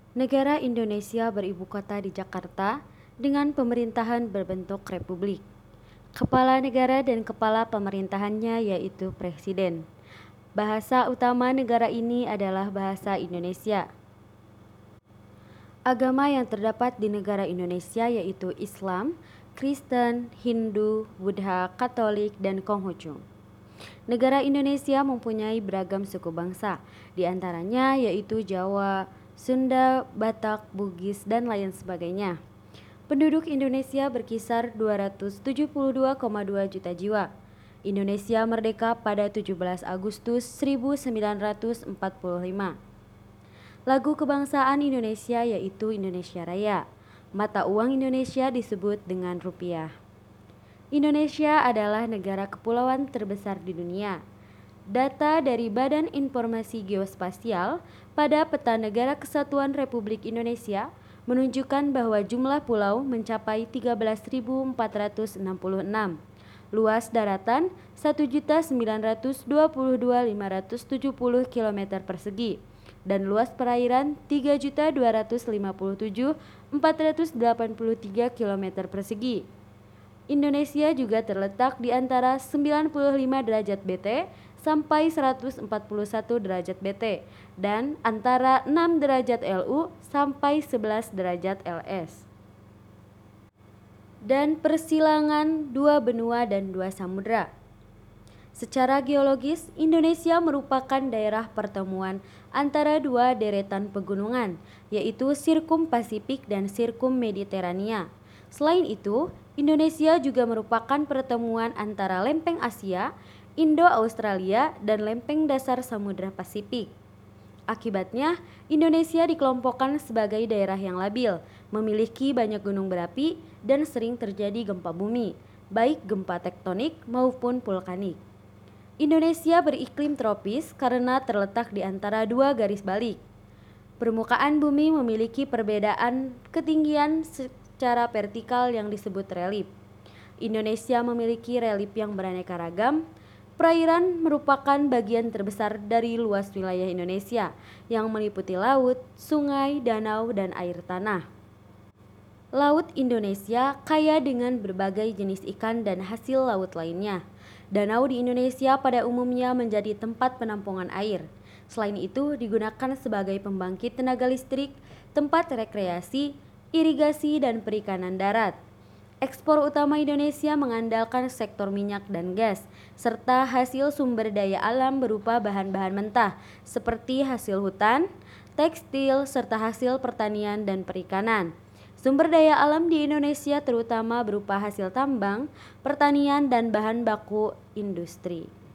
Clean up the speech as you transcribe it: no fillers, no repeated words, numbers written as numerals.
Negara Indonesia beribu kota di Jakarta dengan pemerintahan berbentuk republik. Kepala negara dan kepala pemerintahannya yaitu presiden. Bahasa utama negara ini adalah bahasa Indonesia. Agama yang terdapat di negara Indonesia yaitu Islam, Kristen, Hindu, Buddha, Katolik, dan Konghucu. Negara Indonesia mempunyai beragam suku bangsa, di antaranya yaitu Jawa, Sunda, Batak, Bugis, dan lain sebagainya. Penduduk Indonesia berkisar 272,2 juta jiwa. Indonesia merdeka pada 17 Agustus 1945. Lagu kebangsaan Indonesia yaitu Indonesia Raya. Mata uang Indonesia disebut dengan rupiah. Indonesia adalah negara kepulauan terbesar di dunia. Data dari Badan Informasi Geospasial pada Peta Negara Kesatuan Republik Indonesia menunjukkan bahwa jumlah pulau mencapai 13.466, luas daratan 1.922.570 km persegi, dan luas perairan 3.257.483 km persegi. Indonesia juga terletak di antara 95 derajat BT sampai 141 derajat BT dan antara 6 derajat LU sampai 11 derajat LS. Dan persilangan dua benua dan dua samudra. Secara geologis, Indonesia merupakan daerah pertemuan antara dua deretan pegunungan, yaitu Sirkum Pasifik dan Sirkum Mediterania. Selain itu, Indonesia juga merupakan pertemuan antara lempeng Asia, Indo-Australia, dan lempeng dasar Samudra Pasifik. Akibatnya, Indonesia dikelompokkan sebagai daerah yang labil, memiliki banyak gunung berapi, dan sering terjadi gempa bumi, baik gempa tektonik maupun vulkanik. Indonesia beriklim tropis karena terletak di antara dua garis balik. Permukaan bumi memiliki perbedaan ketinggian secara vertikal yang disebut relief. Indonesia memiliki relief yang beraneka ragam. Perairan merupakan bagian terbesar dari luas wilayah Indonesia yang meliputi laut, sungai, danau, dan air tanah. Laut Indonesia kaya dengan berbagai jenis ikan dan hasil laut lainnya. Danau di Indonesia pada umumnya menjadi tempat penampungan air. Selain itu digunakan sebagai pembangkit tenaga listrik, tempat rekreasi, irigasi, dan perikanan darat. Ekspor utama Indonesia mengandalkan sektor minyak dan gas, serta hasil sumber daya alam berupa bahan-bahan mentah seperti hasil hutan, tekstil, serta hasil pertanian dan perikanan. Sumber daya alam di Indonesia terutama berupa hasil tambang, pertanian, dan bahan baku industri.